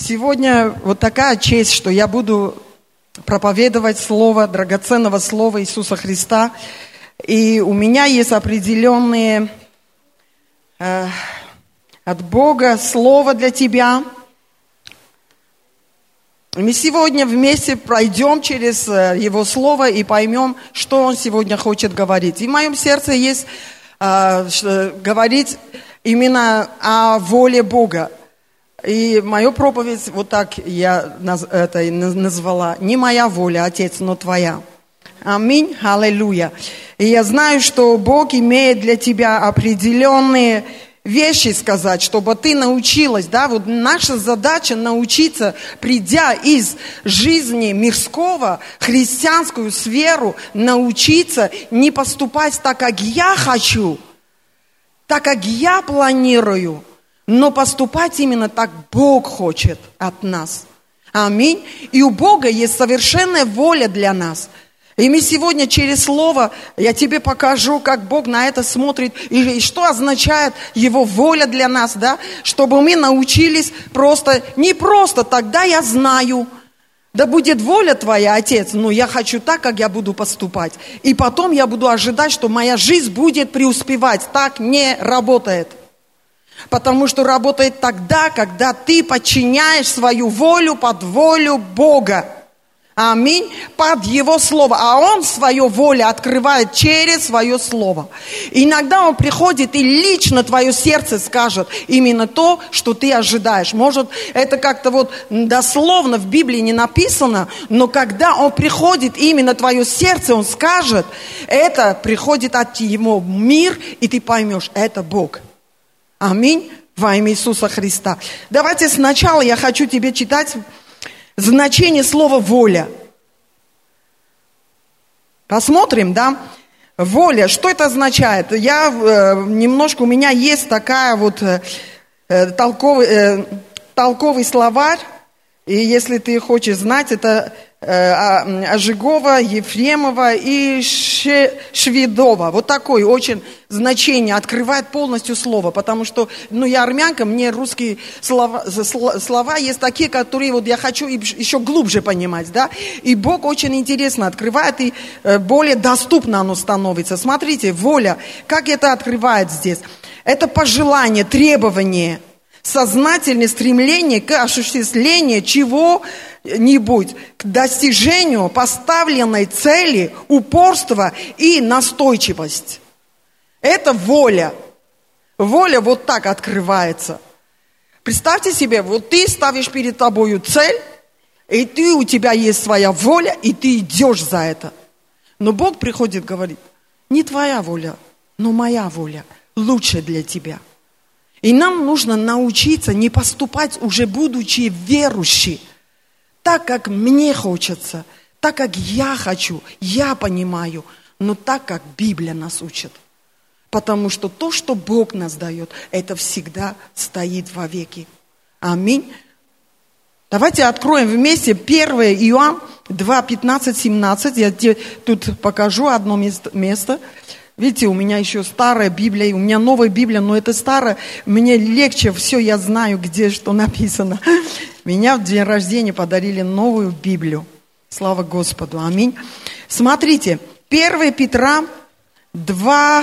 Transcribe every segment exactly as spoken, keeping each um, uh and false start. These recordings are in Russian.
Сегодня вот такая честь, что я буду проповедовать слово, драгоценного слова Иисуса Христа. И у меня есть определенные э, от Бога слова для тебя. Мы сегодня вместе пройдем через Его Слово и поймем, что Он сегодня хочет говорить. И в моем сердце есть э, говорить именно о воле Бога. И мою проповедь вот так я это назвала. Не моя воля, Отец, но Твоя. Аминь, аллилуйя. И я знаю, что Бог имеет для тебя определенные вещи сказать, чтобы ты научилась, да, вот наша задача научиться, придя из жизни мирского, христианскую сферу, научиться не поступать так, как я хочу, так, как я планирую, но поступать именно так Бог хочет от нас. Аминь. И у Бога есть совершенная воля для нас. И мы сегодня через Слово, я тебе покажу, как Бог на это смотрит, и, и что означает Его воля для нас, да, чтобы мы научились просто, не просто, тогда я знаю, да будет воля Твоя, Отец, но я хочу так, как я буду поступать. И потом я буду ожидать, что моя жизнь будет преуспевать. Так не работает. Потому что работает тогда, когда ты подчиняешь свою волю под волю Бога. Аминь. Под Его Слово. А Он свою волю открывает через свое Слово. И иногда Он приходит и лично твое сердце скажет именно то, что ты ожидаешь. Может, это как-то вот дословно в Библии не написано, но когда Он приходит именно твое сердце, Он скажет, это приходит от Его мир, и ты поймешь, это Бог. Аминь. Во имя Иисуса Христа. Давайте сначала я хочу тебе читать значение слова «воля». Посмотрим, да? Воля, что это означает? Я э, немножко, у меня есть такая вот э, толковый, э, толковый словарь, и если ты хочешь знать, это э, Ожегова, Ефремова и Ше, Шведова. Вот такое очень значение открывает полностью слово, потому что, ну, я армянка, мне русские слова, слова есть такие, которые вот я хочу еще глубже понимать, да, и Бог очень интересно открывает, и более доступно оно становится. Смотрите, воля, как это открывает здесь? Это пожелание, требование, сознательное стремление к осуществлению чего-нибудь, к достижению поставленной цели, упорство и настойчивость. Это воля. Воля вот так открывается. Представьте себе, вот ты ставишь перед тобою цель, и ты, у тебя есть своя воля, и ты идешь за это. Но Бог приходит и говорит, не твоя воля, но моя воля лучше для тебя. И нам нужно научиться не поступать, уже будучи верующими, так, как мне хочется, так, как я хочу, я понимаю, но так, как Библия нас учит. Потому что то, что Бог нас дает, это всегда стоит вовеки. Аминь. Давайте откроем вместе первое Иоанна два, пятнадцать, семнадцать. Я тебе тут покажу одно место. Видите, у меня еще старая Библия, у меня новая Библия, но это старая. Мне легче, все я знаю, где что написано. Меня в день рождения подарили новую Библию. Слава Господу. Аминь. Смотрите, первое Петра два...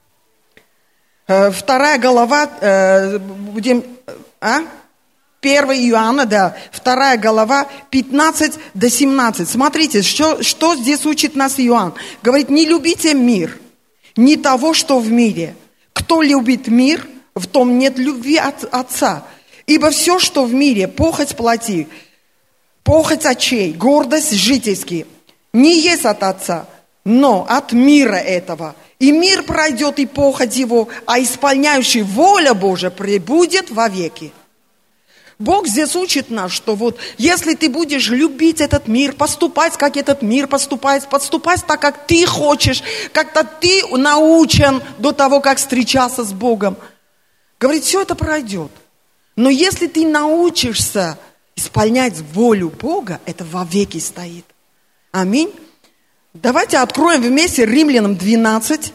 Вторая глава, э, будем, а? первое Иоанна, да, вторая глава, пятнадцать до семнадцать. Смотрите, что, что здесь учит нас Иоанн. Говорит, не любите мир, не того, что в мире. Кто любит мир, в том нет любви от Отца. Ибо все, что в мире, похоть плоти, похоть очей, гордость житейские, не есть от Отца, но от мира этого. И мир пройдет, и похоть его, а исполняющий воля Божия пребудет вовеки. Бог здесь учит нас, что вот если ты будешь любить этот мир, поступать, как этот мир поступает, поступать так, как ты хочешь, как-то ты научен до того, как встречаться с Богом, говорит, все это пройдет. Но если ты научишься исполнять волю Бога, это вовеки стоит. Аминь. Давайте откроем вместе Римлянам двенадцать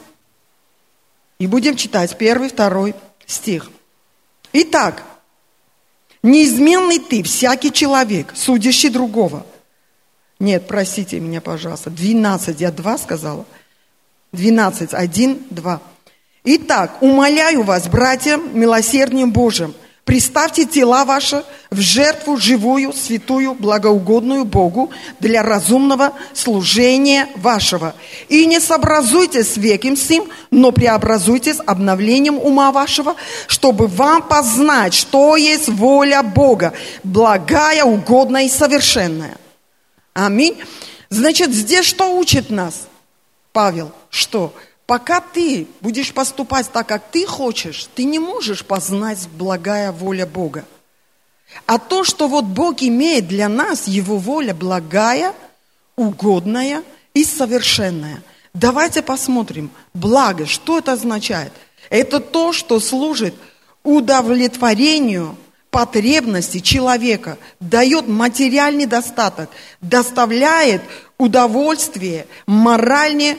и будем читать первый, второй стих. Итак, Неизменный ты, всякий человек, судящий другого. Нет, простите меня, пожалуйста. двенадцать, я два сказала. двенадцать, один, два. Итак, умоляю вас, братья, милосердием Божьим, представьте тела ваши в жертву живую, святую, благоугодную Богу для разумного служения вашего. И не сообразуйтесь с веком сим, но преобразуйтесь обновлением ума вашего, чтобы вам познать, что есть воля Бога, благая, угодная и совершенная. Аминь. Значит, здесь что учит нас Павел? Что? Пока ты будешь поступать так, как ты хочешь, ты не можешь познать благая воля Бога. А то, что вот Бог имеет для нас, Его воля благая, угодная и совершенная. Давайте посмотрим. Благо, что это означает? Это то, что служит удовлетворению потребностей человека, дает материальный достаток, доставляет удовольствие, моральное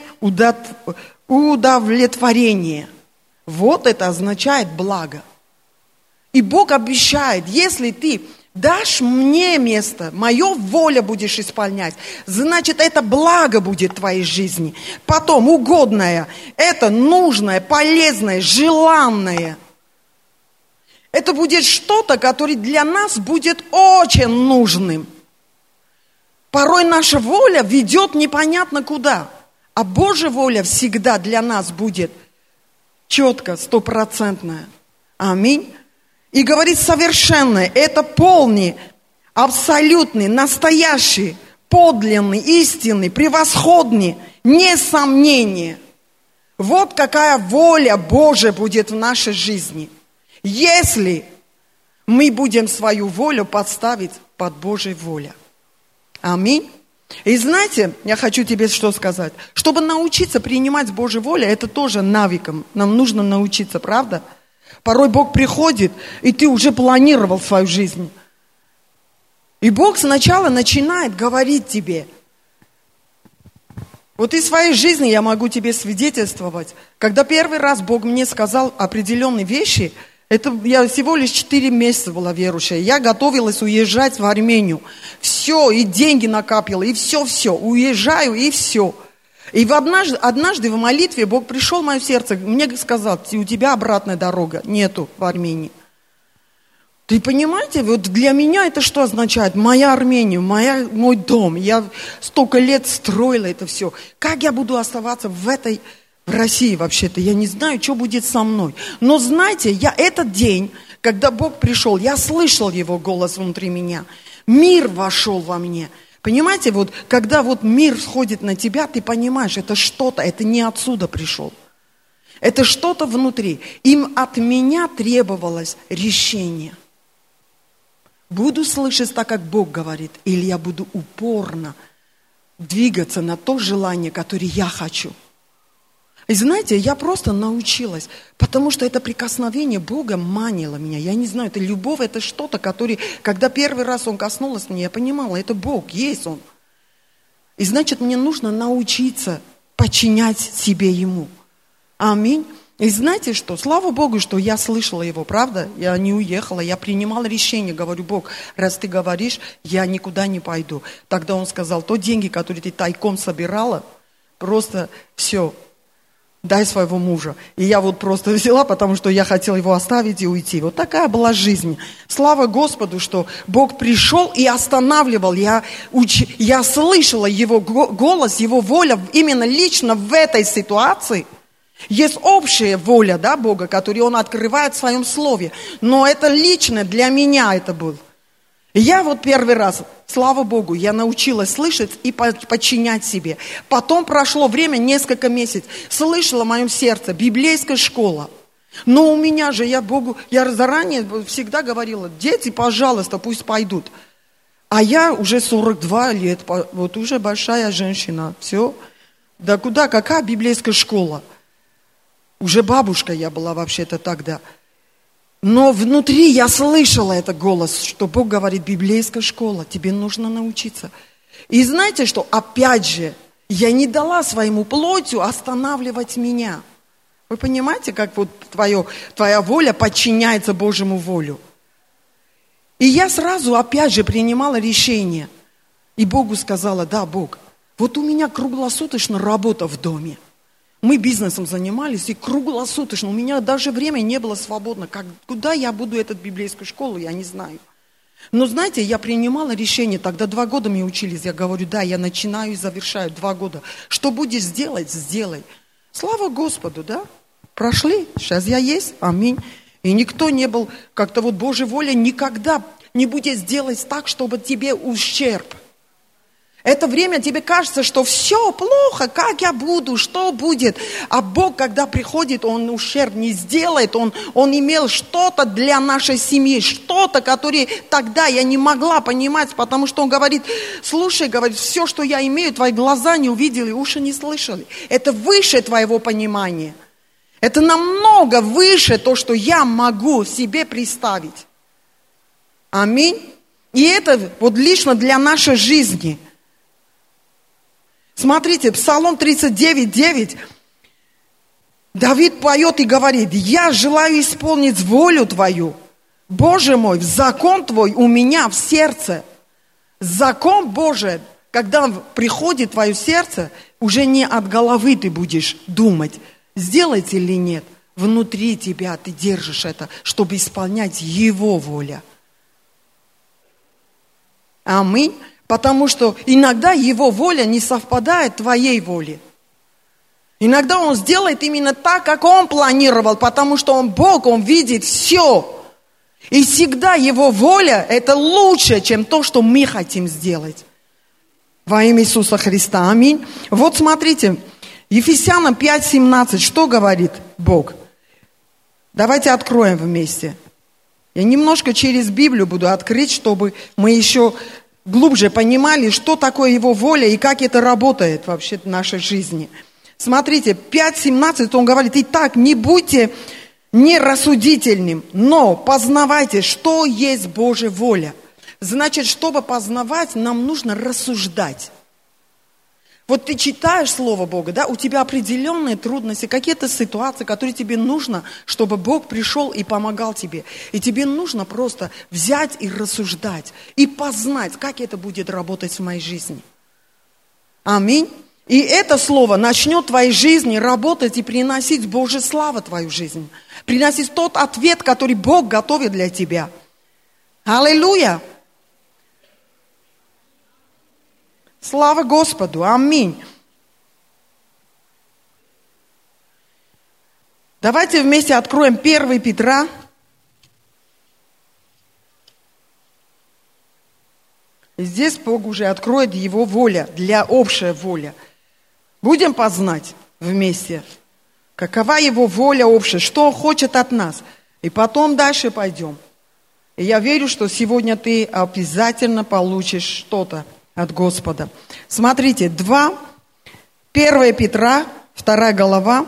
удовлетворение. Вот это означает благо. И Бог обещает, если ты дашь мне место, мою волю будешь исполнять, значит, это благо будет в твоей жизни. Потом угодное, это нужное, полезное, желанное. Это будет что-то, которое для нас будет очень нужным. Порой наша воля ведет непонятно куда, а Божья воля всегда для нас будет четко, стопроцентная. Аминь. И говорит совершенное, это полный, абсолютный, настоящий, подлинный, истинный, превосходный, несомнение. Вот какая воля Божия будет в нашей жизни. Если мы будем свою волю подставить под Божью волю. Аминь. И знаете, я хочу тебе что сказать. Чтобы научиться принимать Божью волю, это тоже навыком. Нам нужно научиться, правда? Порой Бог приходит, и ты уже планировал свою жизнь. И Бог сначала начинает говорить тебе. Вот из своей жизни я могу тебе свидетельствовать. Когда первый раз Бог мне сказал определенные вещи, это я всего лишь четыре месяца была верующая. Я готовилась уезжать в Армению. Все, и деньги накапила, и все-все. Уезжаю, и все. И в однажды, однажды в молитве Бог пришел в мое сердце, мне сказал, у тебя обратная дорога нету в Армении. Ты понимаете, вот для меня это что означает? Моя Армения, моя, мой дом. Я столько лет строила это все. Как я буду оставаться в этой, в России вообще-то? Я не знаю, что будет со мной. Но знаете, я этот день, когда Бог пришел, я слышал Его голос внутри меня. Мир вошел во мне. Понимаете, вот когда вот мир сходит на тебя, ты понимаешь, это что-то, это не отсюда пришел. Это что-то внутри. Им от меня требовалось решение. Буду слышать так, как Бог говорит, или я буду упорно двигаться на то желание, которое я хочу. И знаете, я просто научилась, потому что это прикосновение Бога манило меня. Я не знаю, это любовь, это что-то, которое, когда первый раз Он коснулся меня, я понимала, это Бог, есть Он. И значит, мне нужно научиться подчинять себе Ему. Аминь. И знаете что? Слава Богу, что я слышала Его, правда? Я не уехала, я принимала решение, говорю, Бог, раз Ты говоришь, я никуда не пойду. Тогда Он сказал, то деньги, которые ты тайком собирала, просто все, дай своего мужа. И я вот просто взяла, потому что я хотела его оставить и уйти. Вот такая была жизнь. Слава Господу, что Бог пришел и останавливал. Я, уч... я слышала Его голос, Его воля именно лично в этой ситуации. Есть общая воля, да, Бога, которую Он открывает в Своем Слове. Но это лично для меня это было. И я вот первый раз, слава Богу, я научилась слышать и подчинять себе. Потом прошло время, несколько месяцев, слышала в моем сердце библейская школа. Но у меня же, я Богу, я заранее всегда говорила, дети, пожалуйста, пусть пойдут. А я уже сорок два лет, вот уже большая женщина, все. Да куда, какая библейская школа? Уже бабушка я была вообще-то тогда. Но внутри я слышала этот голос, что Бог говорит, библейская школа, тебе нужно научиться. И знаете что, опять же, я не дала своему плотью останавливать меня. Вы понимаете, как вот твое, твоя воля подчиняется Божьему волю? И я сразу опять же принимала решение. И Богу сказала: да, Бог, вот у меня круглосуточно работа в доме. Мы бизнесом занимались, и круглосуточно. У меня даже времени не было свободно. Как, куда я буду эту библейскую школу, я не знаю. Но знаете, я принимала решение, тогда два года мы учились. Я говорю: да, я начинаю и завершаю два года. Что будешь делать, сделай. Слава Господу, да? Прошли, сейчас я есть, аминь. И никто не был, как-то вот Божья воля никогда не будет сделать так, чтобы тебе ущерб. Это время тебе кажется, что все плохо, как я буду, что будет. А Бог, когда приходит, Он ущерб не сделает. Он, он имел что-то для нашей семьи, что-то, которое тогда я не могла понимать, потому что Он говорит: слушай, говорит, все, что я имею, твои глаза не увидели, уши не слышали. Это выше твоего понимания. Это намного выше то, что я могу себе представить. Аминь. И это вот лично для нашей жизни. Смотрите, Псалом тридцать девять, девять. Давид поет и говорит: я желаю исполнить волю Твою. Боже мой, закон Твой у меня в сердце. Закон Божий, когда приходит в твое сердце, уже не от головы ты будешь думать, сделать или нет. Внутри тебя ты держишь это, чтобы исполнять Его волю. Аминь. Потому что иногда Его воля не совпадает с твоей волей. Иногда Он сделает именно так, как Он планировал, потому что Он Бог, Он видит все. И всегда Его воля – это лучше, чем то, что мы хотим сделать. Во имя Иисуса Христа. Аминь. Вот смотрите, Ефесянам пять семнадцать, что говорит Бог? Давайте откроем вместе. Я немножко через Библию буду открыть, чтобы мы еще глубже понимали, что такое Его воля и как это работает вообще в нашей жизни. Смотрите, пять семнадцать, он говорит: итак, не будьте нерассудительным, но познавайте, что есть Божья воля. Значит, чтобы познавать, нам нужно рассуждать. Вот ты читаешь Слово Бога, да, у тебя определенные трудности, какие-то ситуации, которые тебе нужно, чтобы Бог пришел и помогал тебе. И тебе нужно просто взять и рассуждать, и познать, как это будет работать в моей жизни. Аминь. И это Слово начнет в твоей жизни работать и приносить Божью славу в твою жизнь. Приносить тот ответ, который Бог готовит для тебя. Аллилуйя. Слава Господу! Аминь! Давайте вместе откроем первое Петра. И здесь Бог уже откроет Его воля, для общей воли. Будем познать вместе, какова Его воля общая, что Он хочет от нас. И потом дальше пойдем. И я верю, что сегодня ты обязательно получишь что-то от Господа. Смотрите, два, первое Петра, вторая глава,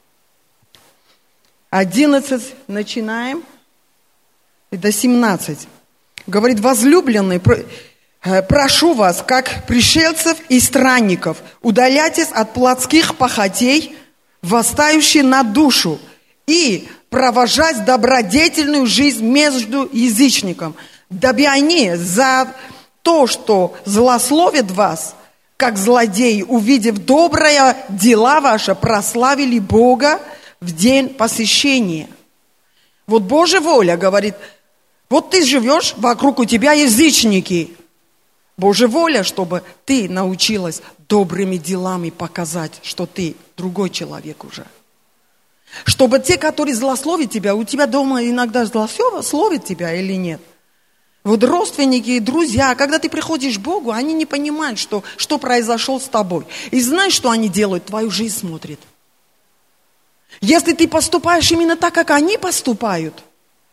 одиннадцать, начинаем, и до семнадцать. Говорит: возлюбленные, прошу вас, как пришельцев и странников, удаляйтесь от плотских похотей, восстающих на душу, и провожать добродетельную жизнь между язычниками, дабы они за то, что злословит вас, как злодеи, увидев добрые дела ваши, прославили Бога в день посещения. Вот Божья воля говорит: вот ты живешь, вокруг у тебя язычники. Божья воля, чтобы ты научилась добрыми делами показать, что ты другой человек уже. Чтобы те, которые злословят тебя, у тебя дома иногда злословят тебя или нет. Вот родственники и друзья, когда ты приходишь к Богу, они не понимают, что, что произошло с тобой. И знаешь, что они делают? Твою жизнь смотрят. Если ты поступаешь именно так, как они поступают,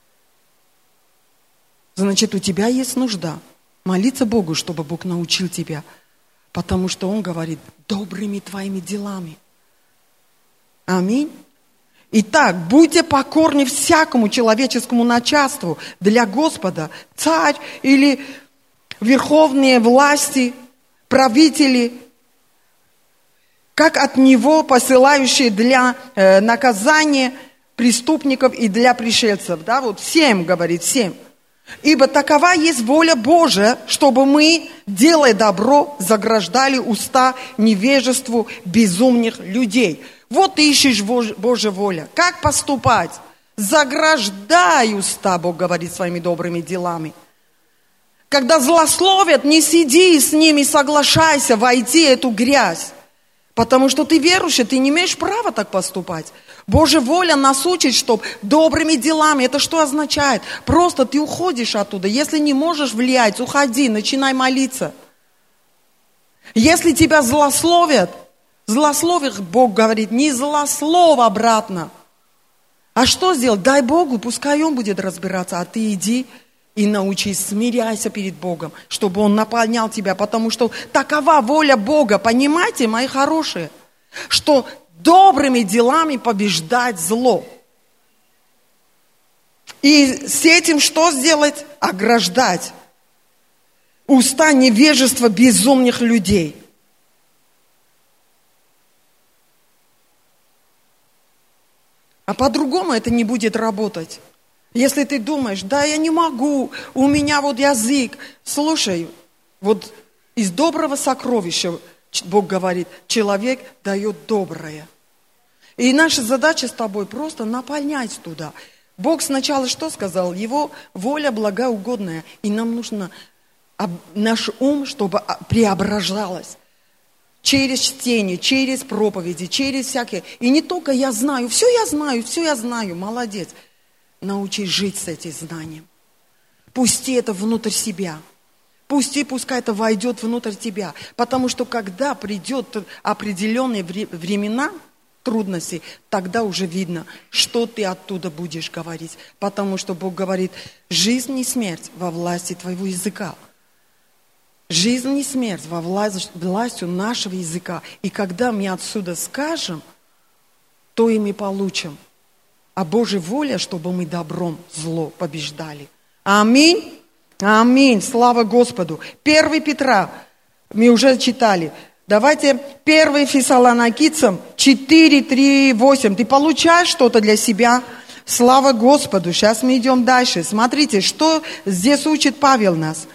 значит, у тебя есть нужда молиться Богу, чтобы Бог научил тебя. Потому что Он говорит: добрыми твоими делами. Аминь. Итак, будьте покорны всякому человеческому начальству для Господа, царь или верховные власти, правители, как от Него посылающие для э, наказания преступников и для пришельцев. Да, вот всем, говорит, всем. Ибо такова есть воля Божия, чтобы мы, делая добро, заграждали уста невежеству безумных людей. Вот ищешь Божья воля. Как поступать? Заграждай уста, Бог говорит, своими добрыми делами. Когда злословят, не сиди с ними, соглашайся войти в эту грязь. Потому что ты верующий, ты не имеешь права так поступать. Божья воля нас учит, чтобы добрыми делами. Это что означает? Просто ты уходишь оттуда. Если не можешь влиять, уходи, начинай молиться. Если тебя злословят, злословят, Бог говорит, не злослов обратно. А что сделать? Дай Богу, пускай Он будет разбираться, а ты иди и научись, смиряйся перед Богом, чтобы Он наполнял тебя, потому что такова воля Бога, понимаете, мои хорошие, что добрыми делами побеждать зло. И с этим что сделать? Ограждать уста невежества безумных людей. А по-другому это не будет работать. Если ты думаешь, да, я не могу, у меня вот язык. Слушай, вот из доброго сокровища, Бог говорит, человек дает доброе. И наша задача с тобой просто наполнять туда. Бог сначала что сказал? Его воля благоугодная. И нам нужно наш ум, чтобы преображалось. Через чтение, через проповеди, через всякие. И не только я знаю, все я знаю, все я знаю, молодец. Научись жить с этим знанием. Пусти это внутрь себя. Пусти, пускай это войдет внутрь тебя. Потому что когда придет определенные времена, трудностей, тогда уже видно, что ты оттуда будешь говорить. Потому что Бог говорит, жизнь и смерть во власти твоего языка. Жизнь и смерть во властью нашего языка. И когда мы отсюда скажем, то и мы получим. А Божья воля, чтобы мы добром зло побеждали. Аминь. Аминь. Слава Господу. первое Петра, мы уже читали. Давайте первое Фессалоникийцам четыре, три, восемь. Ты получаешь что-то для себя? Слава Господу. Сейчас мы идем дальше. Смотрите, что здесь учит Павел нас.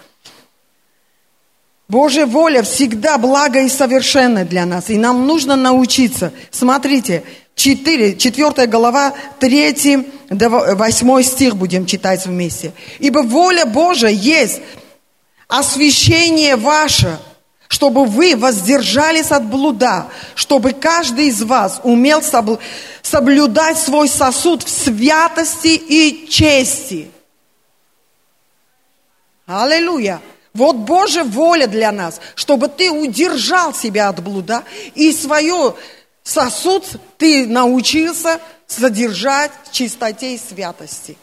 Божья воля всегда благо и совершенна для нас. И нам нужно научиться. Смотрите, четыре, четвёртая глава, третий до восьмой стих будем читать вместе. Ибо воля Божия есть освящение ваше, чтобы вы воздержались от блуда, чтобы каждый из вас умел соблюдать свой сосуд в святости и чести. Аллилуйя! Вот Божья воля для нас, чтобы ты удержал себя от блуда и свой сосуд ты научился содержать в чистоте и святости.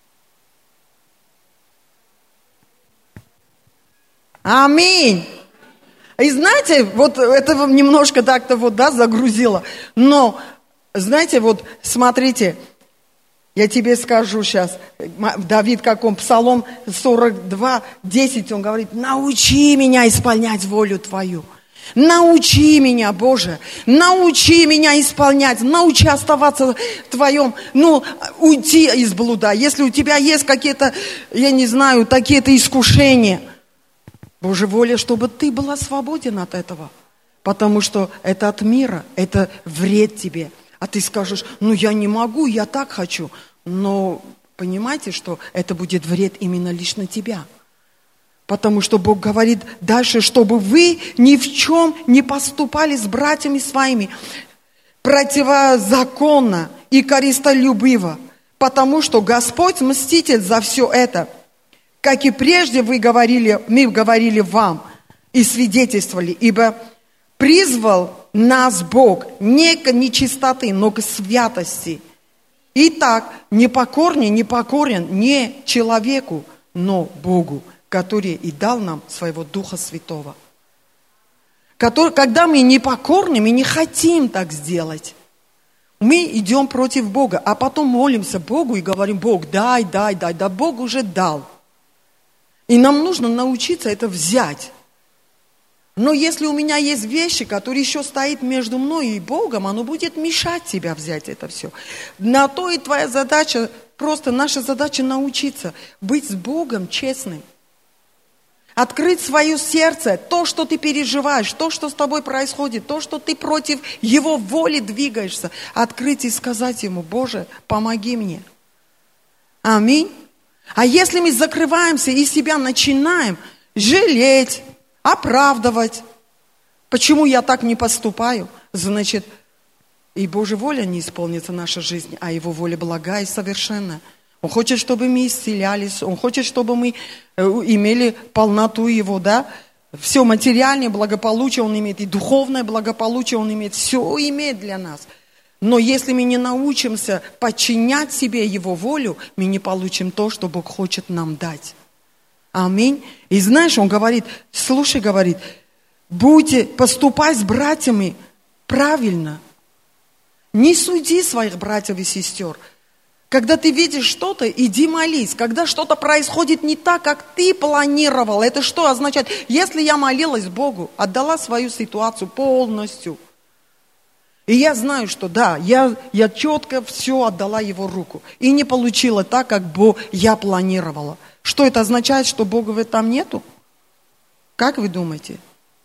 Аминь. И знаете, вот это немножко так-то вот, да, загрузило. Но, знаете, вот смотрите, я тебе скажу сейчас, Давид, как он, Псалом сорок два, десять, он говорит, научи меня исполнять волю Твою. Научи меня, Боже, научи меня исполнять, научи оставаться в Твоем, ну, уйти из блуда. Если у тебя есть какие-то, я не знаю, такие-то искушения, Божья воля, чтобы ты была свободен от этого. Потому что это от мира, это вред тебе. А ты скажешь, ну я не могу, я так хочу. Но понимаете, что это будет вред именно лично тебя. Потому что Бог говорит дальше, чтобы вы ни в чем не поступали с братьями своими противозаконно и корыстолюбиво. Потому что Господь мститель за все это. Как и прежде вы говорили, мы говорили вам и свидетельствовали, ибо призвал нас Бог не к нечистоты, но к святости. Итак, непокорный, непокорен не человеку, но Богу, который и дал нам своего Духа Святого. Который, когда мы непокорны, мы не хотим так сделать. Мы идем против Бога, а потом молимся Богу и говорим, Бог, дай, дай, дай. Да Бог уже дал. И нам нужно научиться это взять. Но если у меня есть вещи, которые еще стоят между мной и Богом, оно будет мешать тебе взять это все. На то и твоя задача, просто наша задача научиться быть с Богом честным. Открыть свое сердце, то, что ты переживаешь, то, что с тобой происходит, то, что ты против Его воли двигаешься. Открыть и сказать Ему: Боже, помоги мне. Аминь. А если мы закрываемся и себя начинаем жалеть, оправдывать, почему я так не поступаю, значит, и Божья воля не исполнится в нашей жизни, а Его воля благая и совершенная. Он хочет, чтобы мы исцелялись, Он хочет, чтобы мы имели полноту Его, да? Все материальное благополучие Он имеет, и духовное благополучие Он имеет, все имеет для нас. Но если мы не научимся подчинять себе Его волю, мы не получим то, что Бог хочет нам дать. Аминь. И знаешь, Он говорит, слушай, говорит, будьте, поступай с братьями правильно. Не суди своих братьев и сестер. Когда ты видишь что-то, иди молись. Когда что-то происходит не так, как ты планировал, это что означает? Если я молилась Богу, отдала свою ситуацию полностью, и я знаю, что да, я, я четко все отдала Его руку, и не получила так, как бы я планировала. Что это означает, что Бога в этом нету? Как вы думаете?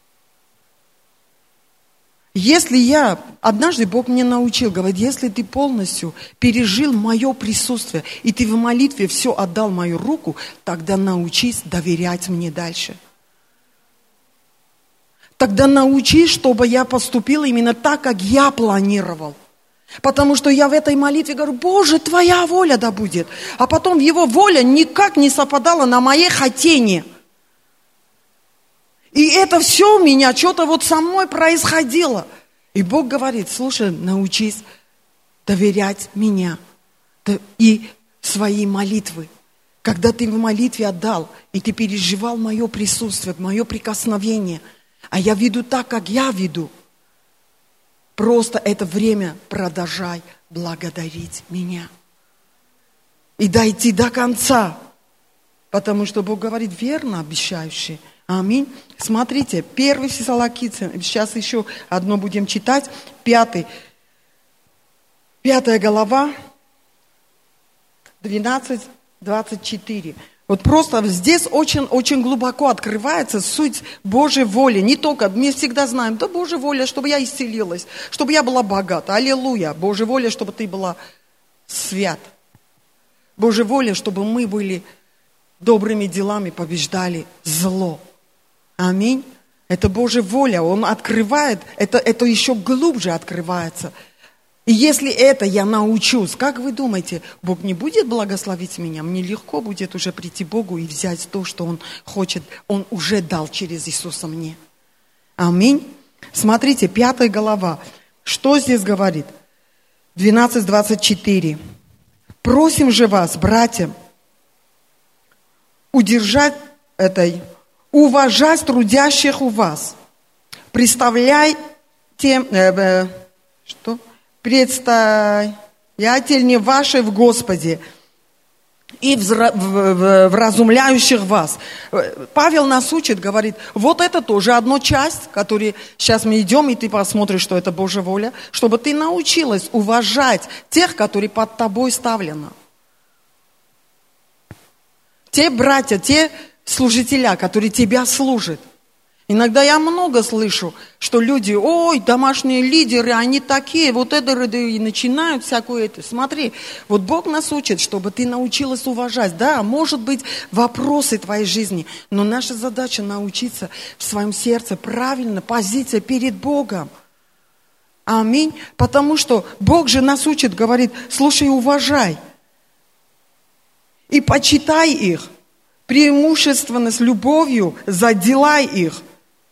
Если я, однажды Бог меня научил, говорит, если ты полностью пережил мое присутствие, и ты в молитве все отдал в мою руку, тогда научись доверять мне дальше. Тогда научись, чтобы я поступила именно так, как я планировал. Потому что я в этой молитве говорю: Боже, Твоя воля да будет. А потом Его воля никак не совпадала на мои хотения. И это все у меня что-то вот со мной происходило. И Бог говорит: слушай, научись доверять меня и свои молитвы. Когда ты в молитве отдал, и ты переживал мое присутствие, мое прикосновение, а я веду так, как я веду, просто это время продолжай благодарить меня. И дойти до конца. Потому что Бог говорит: верно обещающий. Аминь. Смотрите, первый Фессалоникийцам, сейчас еще одно будем читать, пятый, пятая глава, двенадцать двадцать четыре. Вот просто здесь очень-очень глубоко открывается суть Божьей воли. Не только, мы всегда знаем, да, Божья воля, чтобы я исцелилась, чтобы я была богата. Аллилуйя. Божья воля, чтобы ты была свят. Божья воля, чтобы мы были добрыми делами, побеждали зло. Аминь. Это Божья воля. Он открывает, это, это еще глубже открывается. И если это я научусь, как вы думаете, Бог не будет благословить меня? Мне легко будет уже прийти к Богу и взять то, что Он хочет. Он уже дал через Иисуса мне. Аминь. Смотрите, пятая глава. Что здесь говорит? двенадцать двадцать четыре. Просим же вас, братья, удержать этой, уважать трудящих у вас. Представляйте, э, э, что? Предстоятельнее ваши в Господе и вразумляющих вас. Павел нас учит, говорит, вот это тоже одна часть, которую сейчас мы идем, и ты посмотришь, что это Божья воля, чтобы ты научилась уважать тех, которые под тобой ставлены. Те братья, те служителя, которые тебя служат. Иногда я много слышу, что люди, ой, домашние лидеры, они такие, вот это, и начинают всякое это. Смотри, вот Бог нас учит, чтобы ты научилась уважать. Да, может быть, вопросы твоей жизни, но наша задача научиться в своем сердце правильно, позиция перед Богом. Аминь. Потому что Бог же нас учит, говорит, слушай, уважай. И почитай их, преимущественно с любовью заделай их.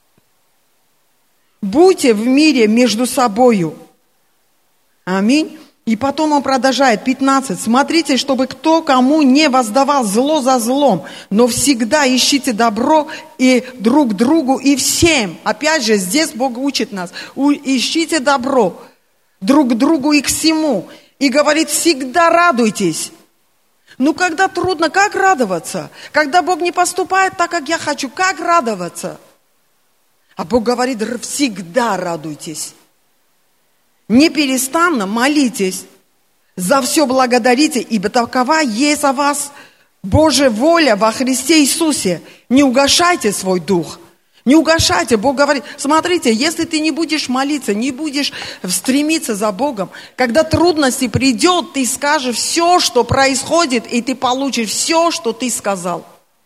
Будьте в мире между собою. Аминь. И потом он продолжает, пятнадцать. Смотрите, чтобы кто кому не воздавал зло за злом, но всегда ищите добро и друг другу, и всем. Опять же, здесь Бог учит нас. Ищите добро друг другу и к всему. И говорит, всегда радуйтесь. Ну, когда трудно, как радоваться? Когда Бог не поступает так, как я хочу, как радоваться? А Бог говорит, всегда радуйтесь. Неперестанно молитесь, за все благодарите, ибо такова есть о вас Божья воля во Христе Иисусе. Не угашайте свой дух. Не угашайте. Бог говорит, смотрите, если ты не будешь молиться, не будешь стремиться за Богом, когда трудности придет, ты скажешь все, что происходит, и ты получишь все, что ты сказал.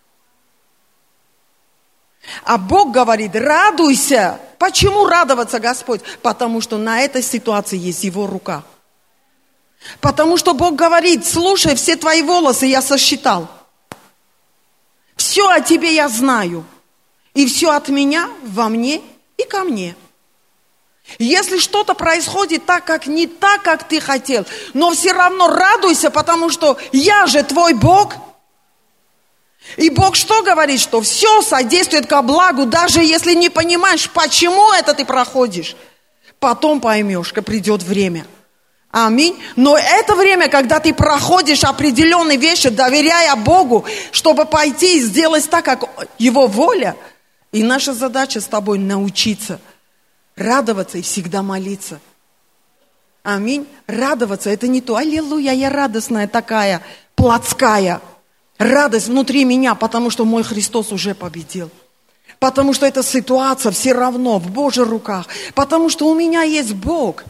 А Бог говорит, радуйся. Почему радоваться, Господь? Потому что на этой ситуации есть Его рука. Потому что Бог говорит, слушай, все твои волосы я сосчитал. Все о тебе я знаю. И все от меня, во мне и ко мне. Если что-то происходит так, как не так, как ты хотел, но все равно радуйся, потому что я же твой Бог. И Бог что говорит? Что все содействует ко благу, даже если не понимаешь, почему это ты проходишь. Потом поймешь, когда придет время. Аминь. Но это время, когда ты проходишь определенные вещи, доверяя Богу, чтобы пойти и сделать так, как Его воля. И наша задача с тобой научиться радоваться и всегда молиться. Аминь. Радоваться, это не то, аллилуйя, я радостная такая, плотская. Радость внутри меня, потому что мой Христос уже победил. Потому что эта ситуация все равно в Божьих руках. Потому что у меня есть Бог.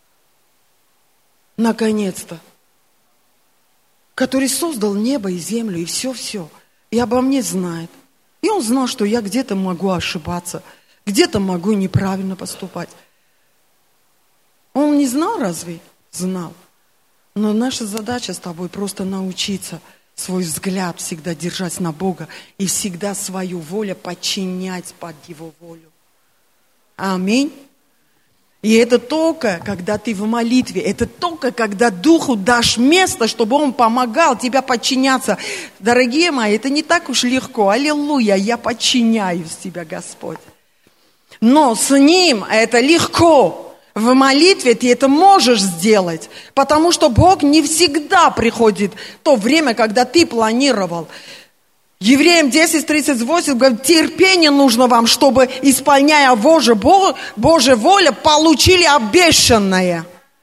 Наконец-то. Который создал небо и землю и все-все. И обо мне знает. И Он знал, что я где-то могу ошибаться. Где-то могу неправильно поступать. Он не знал разве? Знал. Но наша задача с тобой просто научиться свой взгляд всегда держать на Бога и всегда свою волю подчинять под Его волю. Аминь. И это только, когда ты в молитве, это только, когда Духу дашь место, чтобы Он помогал тебе подчиняться. Дорогие мои, это не так уж легко. Аллилуйя, я подчиняюсь Тебя, Господь. Но с Ним это легко. В молитве ты это можешь сделать, потому что Бог не всегда приходит в то время, когда ты планировал. Евреям десять тридцать восемь говорит, терпение нужно вам, чтобы, исполняя Божью, Божью волю, получили обещанное.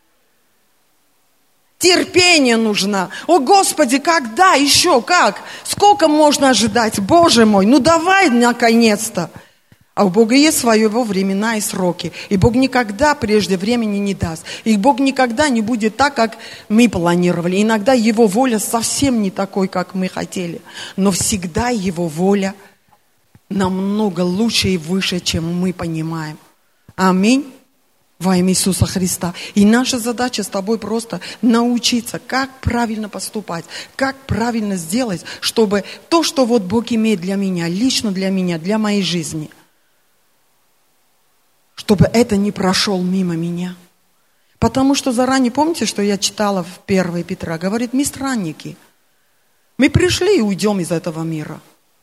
Терпение нужно. О, Господи, когда еще, как? Сколько можно ожидать? Боже мой, ну давай наконец-то. А у Бога есть свои времена и сроки. И Бог никогда прежде времени не даст. И Бог никогда не будет так, как мы планировали. Иногда Его воля совсем не такой, как мы хотели. Но всегда Его воля намного лучше и выше, чем мы понимаем. Аминь. Во имя Иисуса Христа. И наша задача с тобой просто научиться, как правильно поступать, как правильно сделать, чтобы то, что вот Бог имеет для меня, лично для меня, для моей жизни, чтобы это не прошел мимо меня. Потому что заранее, помните, что я читала в первое Петра, говорит, мы странники. Мы пришли и уйдем из этого мира.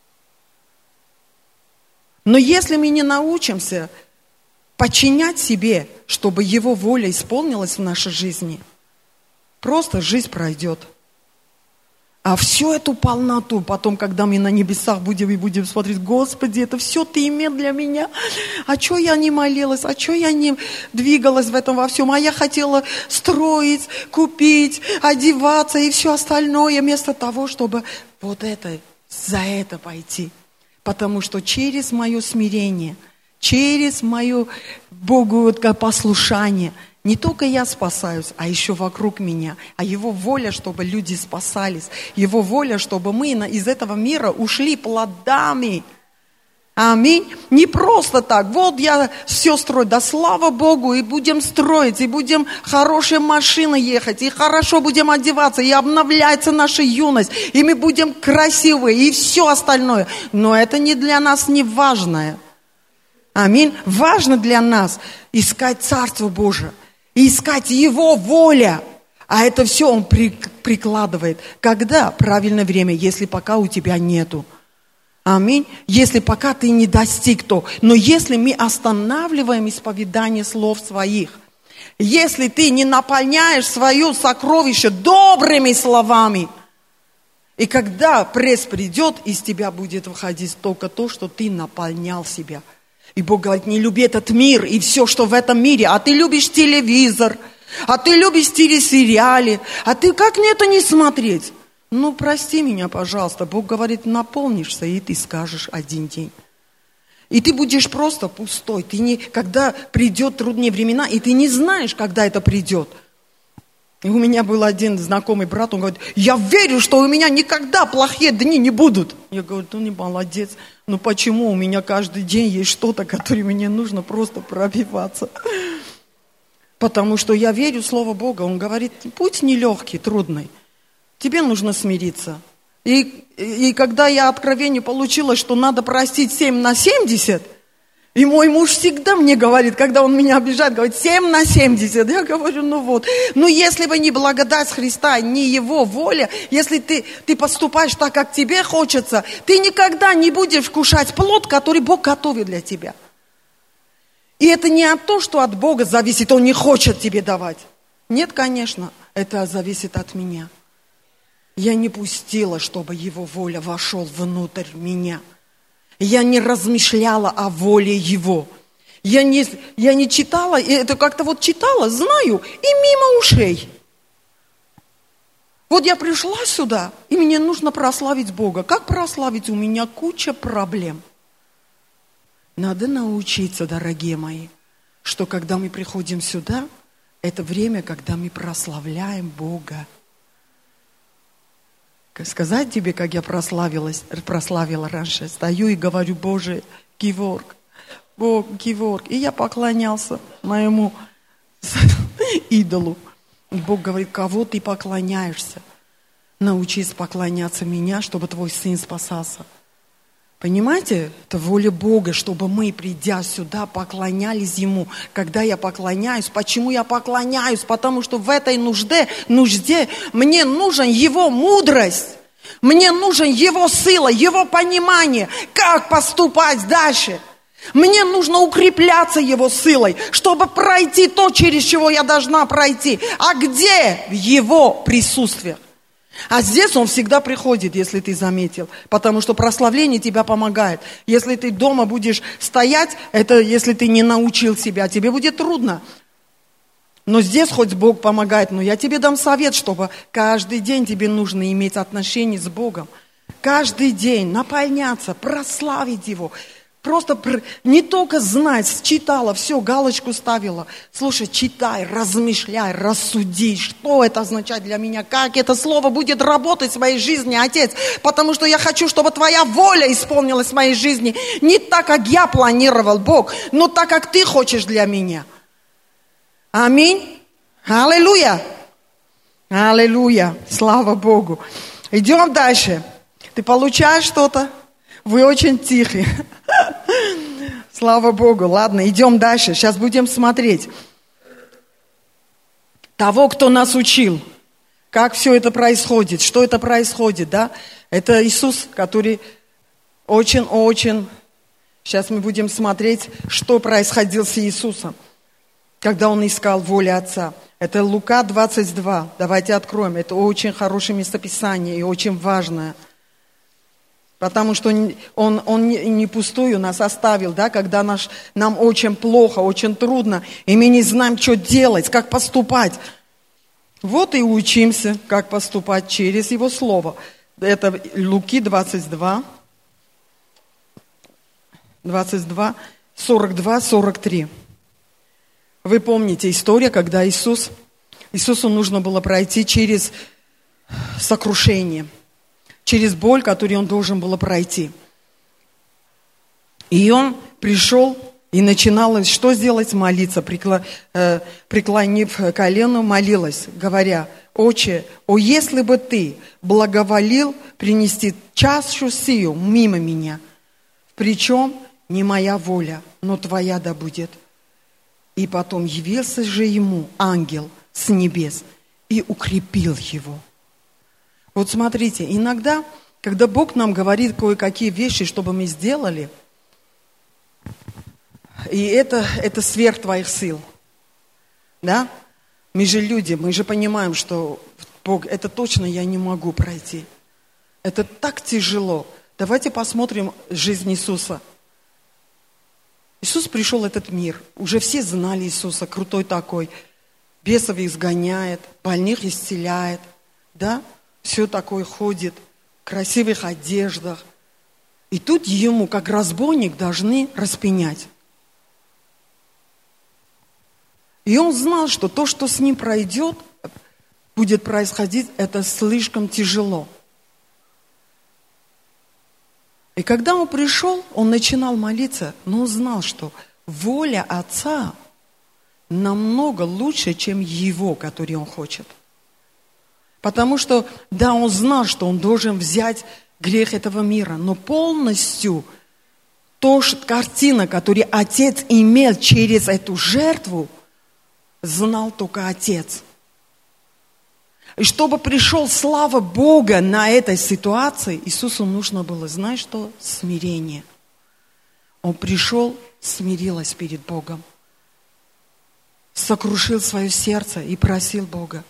Но если мы не научимся подчинять себе, чтобы Его воля исполнилась в нашей жизни, просто жизнь пройдет. А всю эту полноту, потом, когда мы на небесах будем и будем смотреть, Господи, это все Ты имел для меня. А что я не молилась, а что я не двигалась в этом во всем? А я хотела строить, купить, одеваться и все остальное, вместо того, чтобы вот это, за это пойти. Потому что через мое смирение, через мое Богу послушание, не только я спасаюсь, а еще вокруг меня. А Его воля, чтобы люди спасались. Его воля, чтобы мы из этого мира ушли плодами. Аминь. Не просто так. Вот я все строю. Да слава Богу, и будем строить, и будем хорошие машины ехать, и хорошо будем одеваться, и обновляется наша юность, и мы будем красивые, и все остальное. Но это не для нас не важное. Аминь. Важно для нас искать Царство Божие. И искать Его воля. А это все Он прикладывает. Когда? Правильное время, если пока у тебя нету. Аминь. Если пока ты не достиг то. Но если мы останавливаем исповедание слов своих, если ты не наполняешь свое сокровище добрыми словами, и когда пресс придет, из тебя будет выходить только то, что ты наполнял себя. И Бог говорит, не люби этот мир и все, что в этом мире. А ты любишь телевизор, а ты любишь телесериалы, а ты как мне это не смотреть? Ну, прости меня, пожалуйста. Бог говорит, наполнишься, и ты скажешь один день. И ты будешь просто пустой. Ты не, когда придет трудные времена, и ты не знаешь, когда это придет. И у меня был один знакомый брат, он говорит, я верю, что у меня никогда плохие дни не будут. Я говорю, ну не молодец. Ну почему у меня каждый день есть что-то, которое мне нужно просто пробиваться? Потому что я верю в Слово Бога. Он говорит, путь нелегкий, трудный. Тебе нужно смириться. И, и, и когда я откровение получила, что надо простить семь на семьдесят, и мой муж всегда мне говорит, когда он меня обижает, говорит, семь на семьдесят. Я говорю, ну вот, ну если бы не благодать Христа, не Его воля, если ты, ты поступаешь так, как тебе хочется, ты никогда не будешь вкушать плод, который Бог готовит для тебя. И это не от того, что от Бога зависит, Он не хочет тебе давать. Нет, конечно, это зависит от меня. Я не пустила, чтобы Его воля вошел внутрь меня. Я не размышляла о воле Его. Я не, я не читала, это как-то вот читала, знаю, и мимо ушей. Вот я пришла сюда, и мне нужно прославить Бога. Как прославить? У меня куча проблем. Надо научиться, дорогие мои, что когда мы приходим сюда, это время, когда мы прославляем Бога. Сказать тебе, как я прославилась, прославила раньше. Стою и говорю, Боже, Геворг, Бог, Геворг. И я поклонялся моему идолу. И Бог говорит, кого ты поклоняешься? Научись поклоняться меня, чтобы твой сын спасался. Понимаете? Это воля Бога, чтобы мы, придя сюда, поклонялись Ему. Когда я поклоняюсь, почему я поклоняюсь? Потому что в этой нужде, нужде мне нужен Его мудрость. Мне нужен Его сила, Его понимание, как поступать дальше. Мне нужно укрепляться Его силой, чтобы пройти то, через чего я должна пройти. А где? В Его присутствии. А здесь Он всегда приходит, если ты заметил, потому что прославление тебя помогает. Если ты дома будешь стоять, это если ты не научил себя, тебе будет трудно. Но здесь хоть Бог помогает, но я тебе дам совет, чтобы каждый день тебе нужно иметь отношения с Богом. Каждый день наполняться, прославить Его. Просто не только знать, читала, все, галочку ставила. Слушай, читай, размышляй, рассуди, что это означает для меня, как это слово будет работать в моей жизни, Отец. Потому что я хочу, чтобы Твоя воля исполнилась в моей жизни. Не так, как я планировал, Бог, но так, как Ты хочешь для меня. Аминь. Аллилуйя. Аллилуйя. Слава Богу. Идем дальше. Ты получаешь что-то? Вы очень тихие. Слава Богу. Ладно, идем дальше. Сейчас будем смотреть. Того, кто нас учил. Как все это происходит. Что это происходит, да? Это Иисус, который очень-очень... Сейчас мы будем смотреть, что происходило с Иисусом, когда Он искал волю Отца. Это Лука двадцать два. Давайте откроем. Это очень хорошее местописание и очень важное. Потому что Он, он не пустую нас оставил, да, когда наш, нам очень плохо, очень трудно, и мы не знаем, что делать, как поступать. Вот и учимся, как поступать через Его Слово. Это Луки двадцать два, двадцать два, сорок два, сорок три. Вы помните историю, когда Иисус, Иисусу нужно было пройти через сокрушение, через боль, которую Он должен был пройти. И Он пришел и начинал, что сделать? Молиться, преклонив колено, молилась, говоря, «Отче, о, если бы Ты благоволил принести чашу сию мимо меня, причем не моя воля, но Твоя да будет». И потом явился же ему ангел с небес и укрепил его. Вот смотрите, иногда, когда Бог нам говорит кое-какие вещи, чтобы мы сделали, и это, это сверх твоих сил, да? Мы же люди, мы же понимаем, что Бог, это точно я не могу пройти. Это так тяжело. Давайте посмотрим жизнь Иисуса. Иисус пришел в этот мир. Уже все знали Иисуса, крутой такой. Бесов изгоняет, больных исцеляет. Да? Все такое ходит, в красивых одеждах. И тут ему, как разбойник, должны распинять. И он знал, что то, что с ним пройдет, будет происходить, это слишком тяжело. И когда он пришел, он начинал молиться, но он знал, что воля Отца намного лучше, чем его, который он хочет. Потому что, да, он знал, что он должен взять грех этого мира, но полностью то, что, картина, которую Отец имел через эту жертву, знал только Отец. И чтобы пришел слава Бога на этой ситуации, Иисусу нужно было, знаешь что? Смирение. Он пришел, смирилась перед Богом, сокрушил свое сердце и просил Бога: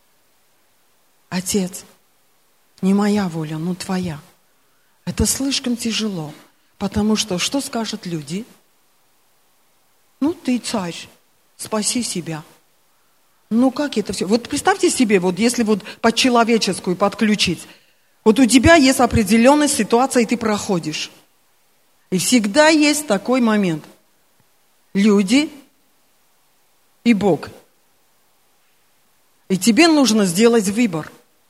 Отец, не моя воля, но твоя. Это слишком тяжело, потому что что скажут люди? Ну, ты царь, спаси себя. Ну, как это все? Вот представьте себе, вот если вот по-человеческую подключить. Вот у тебя есть определенная ситуация, и ты проходишь. И всегда есть такой момент. Люди и Бог. И тебе нужно сделать выбор.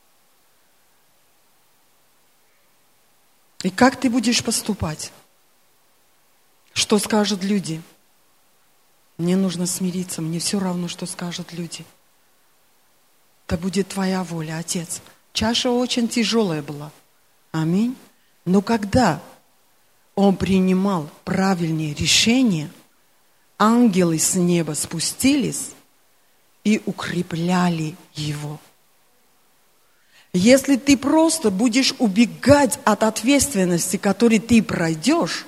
И как ты будешь поступать? Что скажут люди? Мне нужно смириться, мне все равно, что скажут люди. Это будет твоя воля, Отец. Чаша очень тяжелая была. Аминь. Но когда он принимал правильные решения, ангелы с неба спустились и укрепляли его. Если ты просто будешь убегать от ответственности, которой ты пройдешь,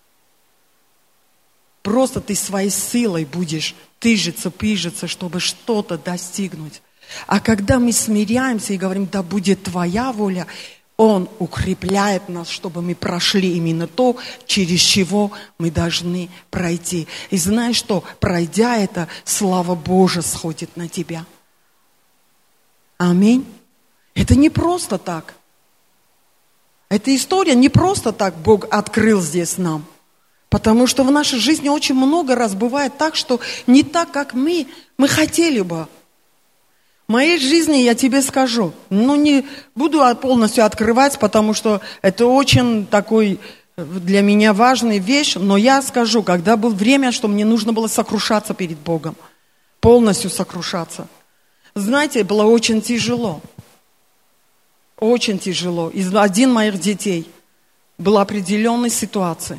просто ты своей силой будешь тыжиться, пыжиться, чтобы что-то достигнуть. А когда мы смиряемся и говорим: да будет твоя воля, Он укрепляет нас, чтобы мы прошли именно то, через чего мы должны пройти. И знаешь что? Пройдя это, слава Божия сходит на тебя. Аминь. Это не просто так. Эта история не просто так Бог открыл здесь нам. Потому что в нашей жизни очень много раз бывает так, что не так, как мы, мы хотели бы. В моей жизни я тебе скажу, ну не буду полностью открывать, потому что это очень такой для меня важная вещь, но я скажу, когда было время, что мне нужно было сокрушаться перед Богом, полностью сокрушаться. Знаете, было очень тяжело, очень тяжело. И один из моих детей был в определенной ситуации.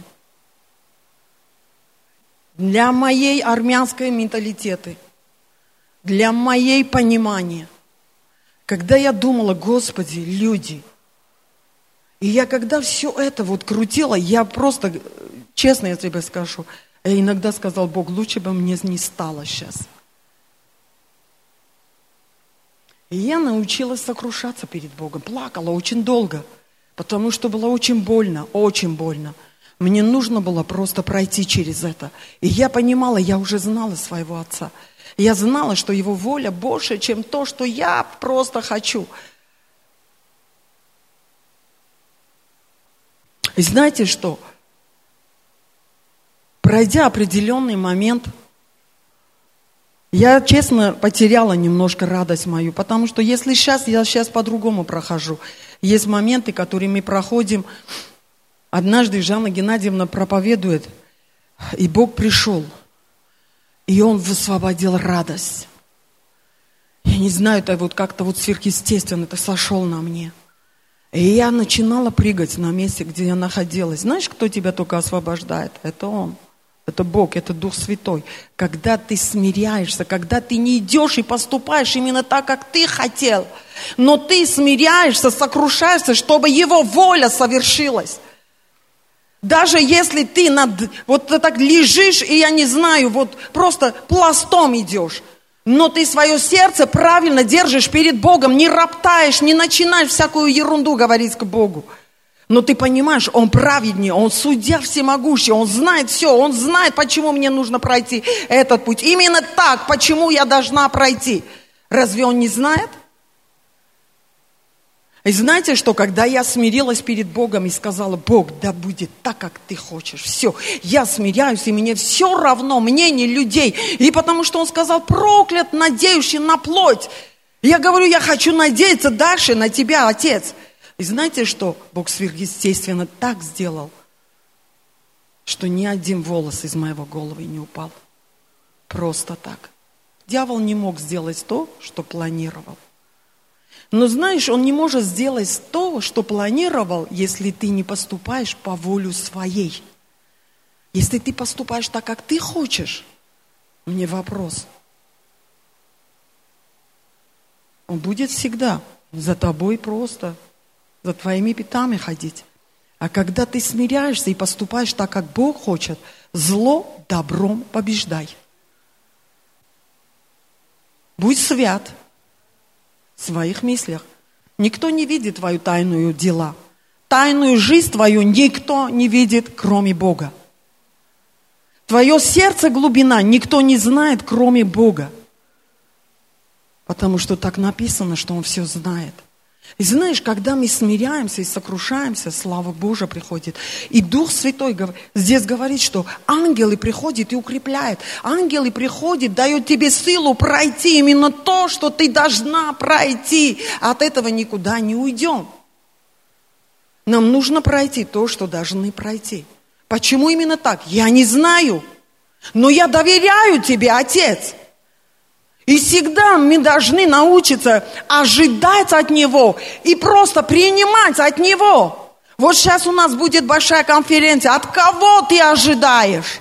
Для моей армянской менталитеты, для моей понимания, когда я думала: Господи, люди, и я когда все это вот крутила, я просто, честно я тебе скажу, я иногда сказал: Бог, лучше бы мне не стало сейчас. И я научилась сокрушаться перед Богом, плакала очень долго, потому что было очень больно, очень больно. Мне нужно было просто пройти через это. И я понимала, я уже знала своего Отца. Я знала, что Его воля больше, чем то, что я просто хочу. И знаете что? Пройдя определенный момент, я, честно, потеряла немножко радость мою, потому что если сейчас, я сейчас по-другому прохожу. Есть моменты, которые мы проходим. Однажды Жанна Геннадьевна проповедует, и Бог пришел, и Он высвободил радость. Я не знаю, это вот как-то вот сверхъестественно, это сошел на мне. И я начинала прыгать на месте, где я находилась. Знаешь, кто тебя только освобождает? Это Он. Это Бог, это Дух Святой. Когда ты смиряешься, когда ты не идешь и поступаешь именно так, как ты хотел, но ты смиряешься, сокрушаешься, чтобы Его воля совершилась. Даже если ты над, вот так лежишь, и я не знаю, вот просто пластом идешь, но ты свое сердце правильно держишь перед Богом, не роптаешь, не начинаешь всякую ерунду говорить к Богу. Но ты понимаешь, Он праведнее, Он судья всемогущий, Он знает все, Он знает, почему мне нужно пройти этот путь. Именно так, почему я должна пройти. Разве Он не знает? И знаете что, когда я смирилась перед Богом и сказала: Бог, да будет так, как Ты хочешь. Все, я смиряюсь, и мне все равно мнение людей. И потому что Он сказал: проклят, надеющий на плоть. Я говорю, я хочу надеяться дальше на Тебя, Отец. И знаете что? Бог сверхъестественно так сделал, что ни один волос из моего головы не упал. Просто так. Дьявол не мог сделать то, что планировал. Но знаешь, он не может сделать то, что планировал, если ты не поступаешь по воле своей. Если ты поступаешь так, как ты хочешь, мне вопрос. Он будет всегда за тобой просто, за твоими пятами ходить. А когда ты смиряешься и поступаешь так, как Бог хочет, зло добром побеждай. Будь свят в своих мыслях. Никто не видит твою тайную дела. Тайную жизнь твою никто не видит, кроме Бога. Твое сердце глубина никто не знает, кроме Бога. Потому что так написано, что Он все знает. И знаешь, когда мы смиряемся и сокрушаемся, слава Божия приходит. И Дух Святой здесь говорит, что ангелы приходят и укрепляют. Ангелы приходят, дают тебе силу пройти именно то, что ты должна пройти. От этого никуда не уйдем. Нам нужно пройти то, что должны пройти. Почему именно так? Я не знаю. Но я доверяю тебе, Отец. И всегда мы должны научиться ожидать от Него и просто принимать от Него. Вот сейчас у нас будет большая конференция. От кого ты ожидаешь?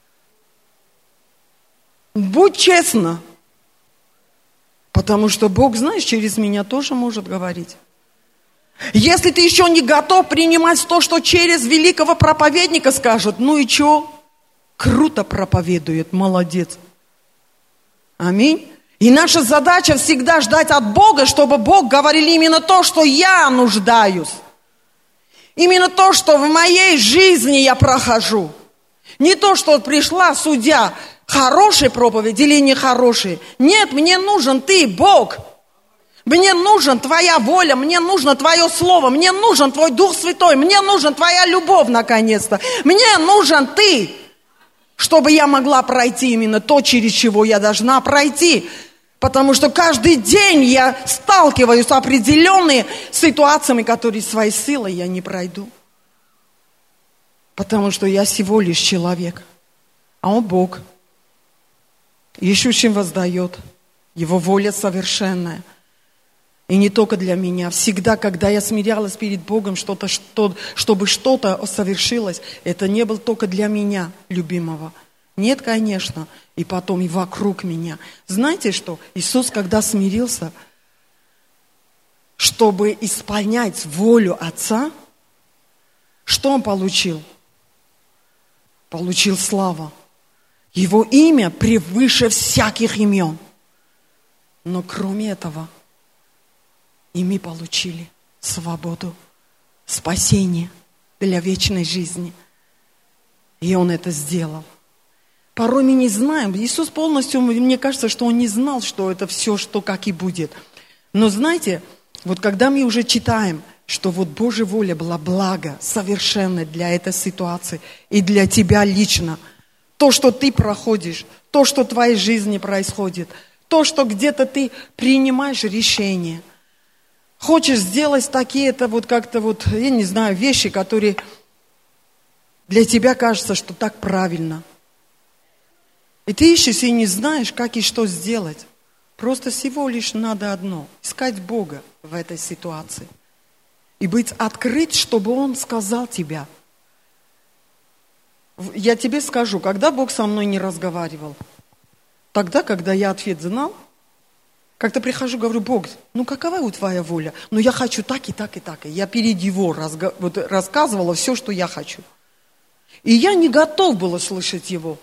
Будь честна. Потому что Бог, знаешь, через меня тоже может говорить. Если ты еще не готов принимать то, что через великого проповедника скажет, ну и что? Круто проповедует, молодец. Аминь. И наша задача всегда ждать от Бога, чтобы Бог говорил именно то, что я нуждаюсь. Именно то, что в моей жизни я прохожу. Не то, что пришла судья, хорошая проповедь или нехорошая. Нет, мне нужен Ты, Бог. Мне нужен Твоя воля, мне нужно Твое Слово, мне нужен Твой Дух Святой, мне нужен Твоя любовь наконец-то. Мне нужен Ты, чтобы я могла пройти именно то, через чего я должна пройти. Потому что каждый день я сталкиваюсь с определенными ситуациями, которые своей силой я не пройду. Потому что я всего лишь человек. А Он Бог. Ищущим воздает. Его воля совершенная. И не только для меня. Всегда, когда я смирялась перед Богом, что-то, что, чтобы что-то совершилось, это не было только для меня, любимого. Нет, конечно. И потом и вокруг меня. Знаете что? Иисус, когда смирился, чтобы исполнять волю Отца, что Он получил? Получил славу. Его имя превыше всяких имен. Но кроме этого, и мы получили свободу, спасение для вечной жизни. И Он это сделал. Порой мы не знаем. Иисус полностью, мне кажется, что Он не знал, что это все, что как и будет. Но знаете, вот когда мы уже читаем, что вот Божья воля была благо, совершенная для этой ситуации и для тебя лично. То, что ты проходишь, то, что в твоей жизни происходит, то, что где-то ты принимаешь решения. Хочешь сделать такие-то вот как-то вот, я не знаю, вещи, которые для тебя кажется, что так правильно. И ты ищешь и не знаешь, как и что сделать. Просто всего лишь надо одно – искать Бога в этой ситуации. И быть открыт, чтобы Он сказал тебе. Я тебе скажу, когда Бог со мной не разговаривал, тогда, когда я ответ знал, как-то прихожу, говорю: Бог, ну какова твоя воля? Ну я хочу так и так и так. И я перед Его разго... вот, рассказывала все, что я хочу. И я не готов был слышать Его.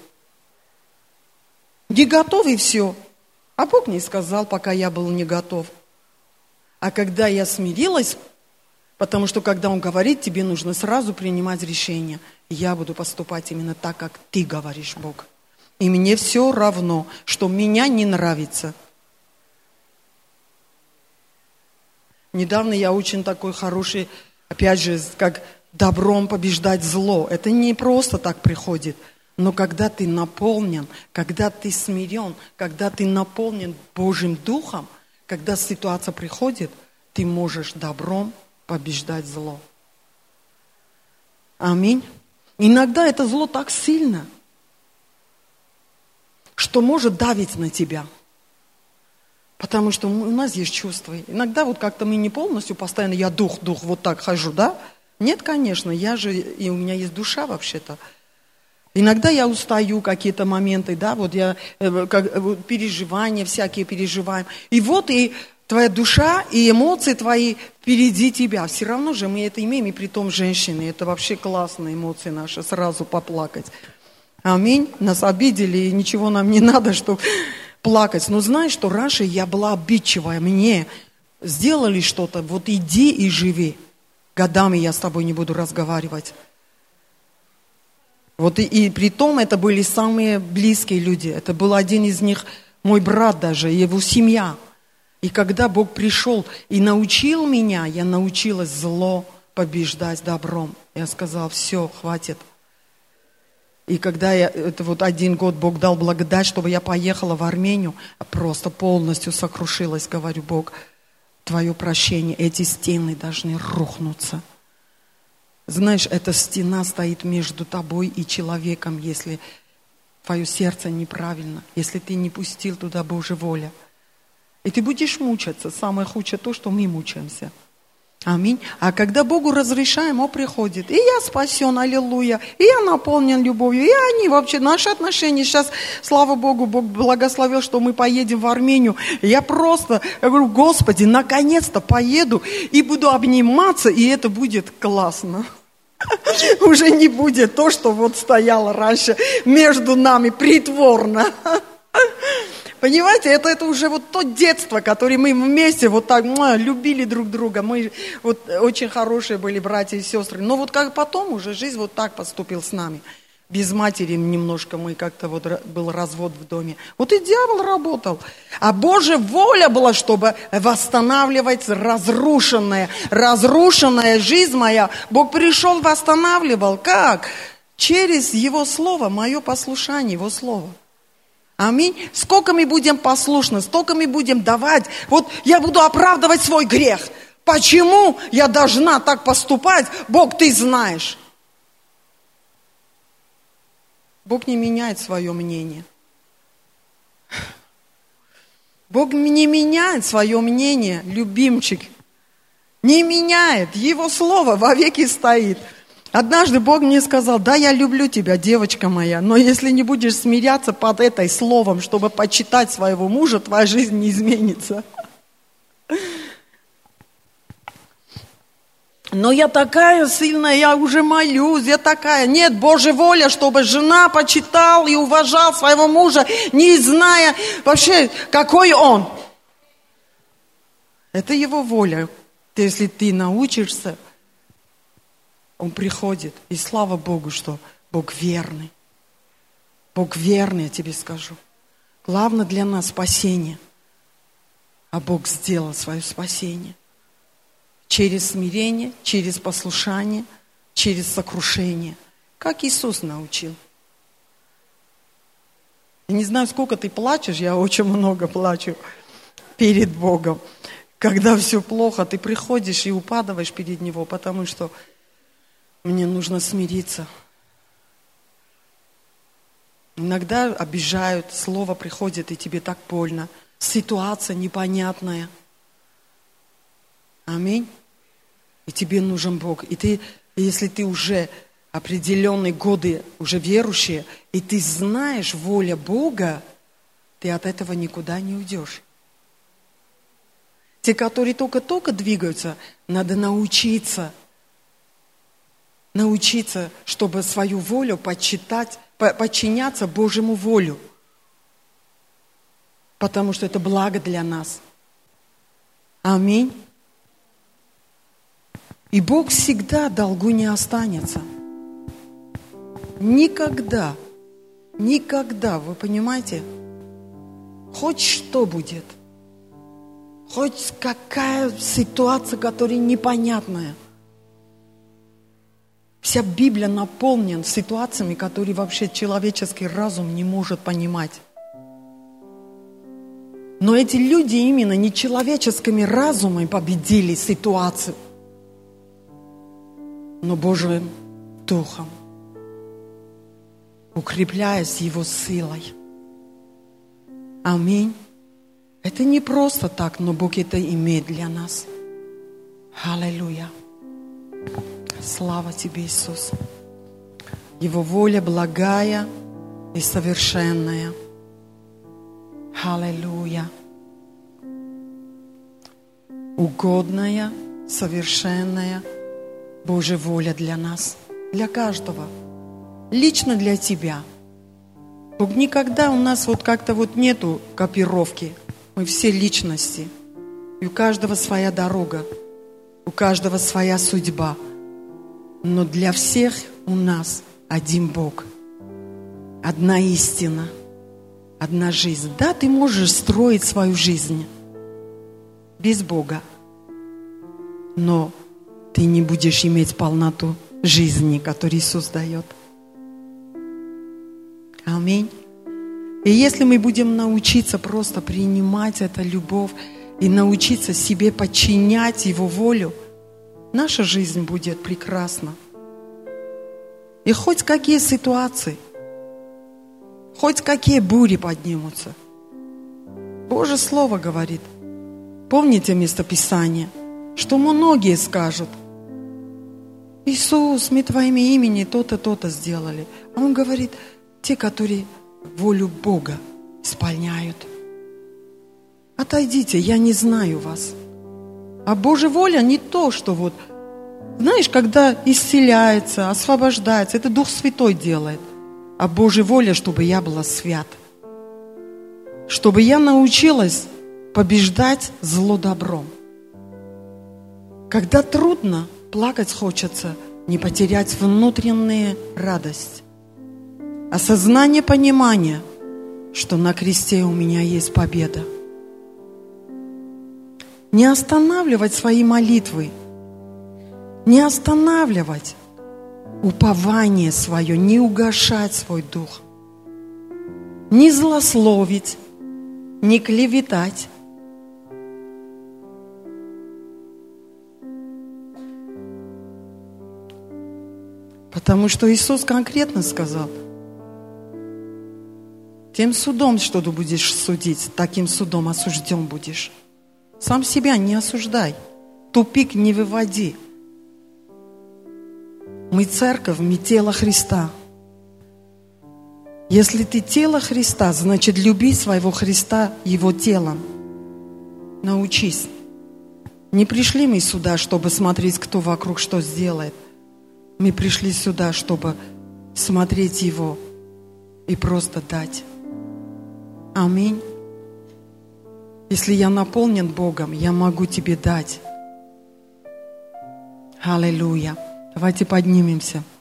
Не готов и все. А Бог мне сказал, пока я был не готов. А когда я смирилась Потому что когда Он говорит, тебе нужно сразу принимать решение. Я буду поступать именно так, как Ты говоришь, Бог. И мне все равно, что меня не нравится. Недавно я очень такой хороший, опять же, как добром побеждать зло. Это не просто так приходит. Но когда ты наполнен, когда ты смирен, когда ты наполнен Божьим Духом, когда ситуация приходит, ты можешь добром побеждать зло. Аминь. Иногда это зло так сильно, что может давить на тебя. Потому что у нас есть чувства. Иногда вот как-то мы не полностью, постоянно я дух, дух, вот так хожу, да? Нет, конечно, я же, и у меня есть душа вообще-то. Иногда я устаю, какие-то моменты, да, вот я, как, вот переживания всякие переживаем. И вот и твоя душа, и эмоции твои впереди тебя. Все равно же мы это имеем, и при том женщины. Это вообще классные эмоции наши, сразу поплакать. Аминь. Нас обидели, и ничего нам не надо, чтобы плакать. Но знаешь, что раньше я была обидчивая, мне сделали что-то, вот иди и живи. Годами я с тобой не буду разговаривать. Вот и, и при том это были самые близкие люди. Это был один из них, мой брат даже, его семья. И когда Бог пришел и научил меня, я научилась зло побеждать добром. Я сказала, все, хватит. И когда я, это вот один год Бог дал благодать, чтобы я поехала в Армению, просто полностью сокрушилась, говорю, Бог, Твое прощение, эти стены должны рухнуться. Знаешь, эта стена стоит между тобой и человеком, если твое сердце неправильно, если ты не пустил туда Божья воля. И ты будешь мучаться. Самое худшее то, что мы мучаемся. Аминь. А когда Богу разрешаем, Он приходит. И я спасен, аллилуйя. И я наполнен любовью. И они вообще, наши отношения сейчас, слава Богу, Бог благословил, что мы поедем в Армению. Я просто, я говорю, Господи, наконец-то поеду и буду обниматься, и это будет классно. Уже не будет то, что вот стояло раньше между нами притворно. Понимаете, это, это уже вот то детство, которое мы вместе вот так муа, любили друг друга. Мы вот очень хорошие были братья и сестры. Но вот как потом уже жизнь вот так поступила с нами. Без матери немножко мы как-то вот был развод в доме. Вот и дьявол работал. А Божья воля была, чтобы восстанавливать разрушенное. Разрушенная жизнь моя. Бог пришел, восстанавливал. Как? Через Его Слово, мое послушание, Его Слово. Аминь. Сколько мы будем послушны, столько мы будем давать. Вот я буду оправдывать свой грех. Почему я должна так поступать? Бог, Ты знаешь. Бог не меняет свое мнение. Бог не меняет свое мнение, любимчик. Не меняет. Его слово вовеки стоит. Однажды Бог мне сказал, да, я люблю тебя, девочка моя, но если не будешь смиряться под этой словом, чтобы почитать своего мужа, твоя жизнь не изменится. Но я такая сильная, я уже молюсь, я такая. Нет, Божья воля, чтобы жена почитала и уважала своего мужа, не зная вообще, какой он. Это его воля. Если ты научишься, он приходит. И слава Богу, что Бог верный. Бог верный, я тебе скажу. Главное для нас спасение. А Бог сделал свое спасение. Через смирение, через послушание, через сокрушение. Как Иисус научил. Я не знаю, сколько ты плачешь, я очень много плачу перед Богом. Когда все плохо, ты приходишь и упадываешь перед Него, потому что мне нужно смириться. Иногда обижают, слово приходит, и тебе так больно. Ситуация непонятная. Аминь. И тебе нужен Бог. И ты, если ты уже определенные годы, уже верующие, и ты знаешь волю Бога, ты от этого никуда не уйдешь. Те, которые только-только двигаются, надо научиться. Научиться, чтобы свою волю почитать, подчиняться Божьему волю. Потому что это благо для нас. Аминь. И Бог всегда в долгу не останется. Никогда, никогда, вы понимаете? Хоть что будет, хоть какая ситуация, которая непонятная. Вся Библия наполнена ситуациями, которые вообще человеческий разум не может понимать. Но эти люди именно нечеловеческими разумами победили ситуацию, но Божьим Духом, укрепляясь Его силой. Аминь. Это не просто так, но Бог это имеет для нас. Аллилуйя. Слава Тебе, Иисус. Его воля благая и совершенная. Аллилуйя. Угодная, совершенная Божья воля для нас, для каждого. Лично для тебя. Бог никогда у нас вот как-то вот нету копировки. Мы все личности. И у каждого своя дорога. У каждого своя судьба. Но для всех у нас один Бог. Одна истина. Одна жизнь. Да, ты можешь строить свою жизнь без Бога. Но ты не будешь иметь полноту жизни, которую Иисус дает. Аминь. И если мы будем научиться просто принимать эту любовь и научиться себе подчинять Его волю, наша жизнь будет прекрасна. И хоть какие ситуации, хоть какие бури поднимутся, Божье Слово говорит, помните местописание, что многие скажут: Иисус, мы Твоим именем то-то, то-то сделали. А Он говорит: те, которые волю Бога исполняют. Отойдите, я не знаю вас. А Божья воля не то, что вот, знаешь, когда исцеляется, освобождается, это Дух Святой делает. А Божья воля, чтобы я была свят. Чтобы я научилась побеждать зло добром. Когда трудно, плакать хочется, не потерять внутреннюю радость. Осознание, понимание, что на кресте у меня есть победа. Не останавливать свои молитвы, не останавливать упование свое, не угашать свой дух, не злословить, не клеветать. Потому что Иисус конкретно сказал: тем судом, что ты будешь судить, таким судом осужден будешь. Сам себя не осуждай, тупик не выводи. Мы церковь, мы тело Христа. Если ты тело Христа, значит, люби своего Христа Его телом. Научись. Не пришли мы сюда, чтобы смотреть, кто вокруг что сделает. Мы пришли сюда, чтобы смотреть Его и просто дать. Аминь. Если я наполнен Богом, я могу тебе дать. Аллилуйя. Давайте поднимемся.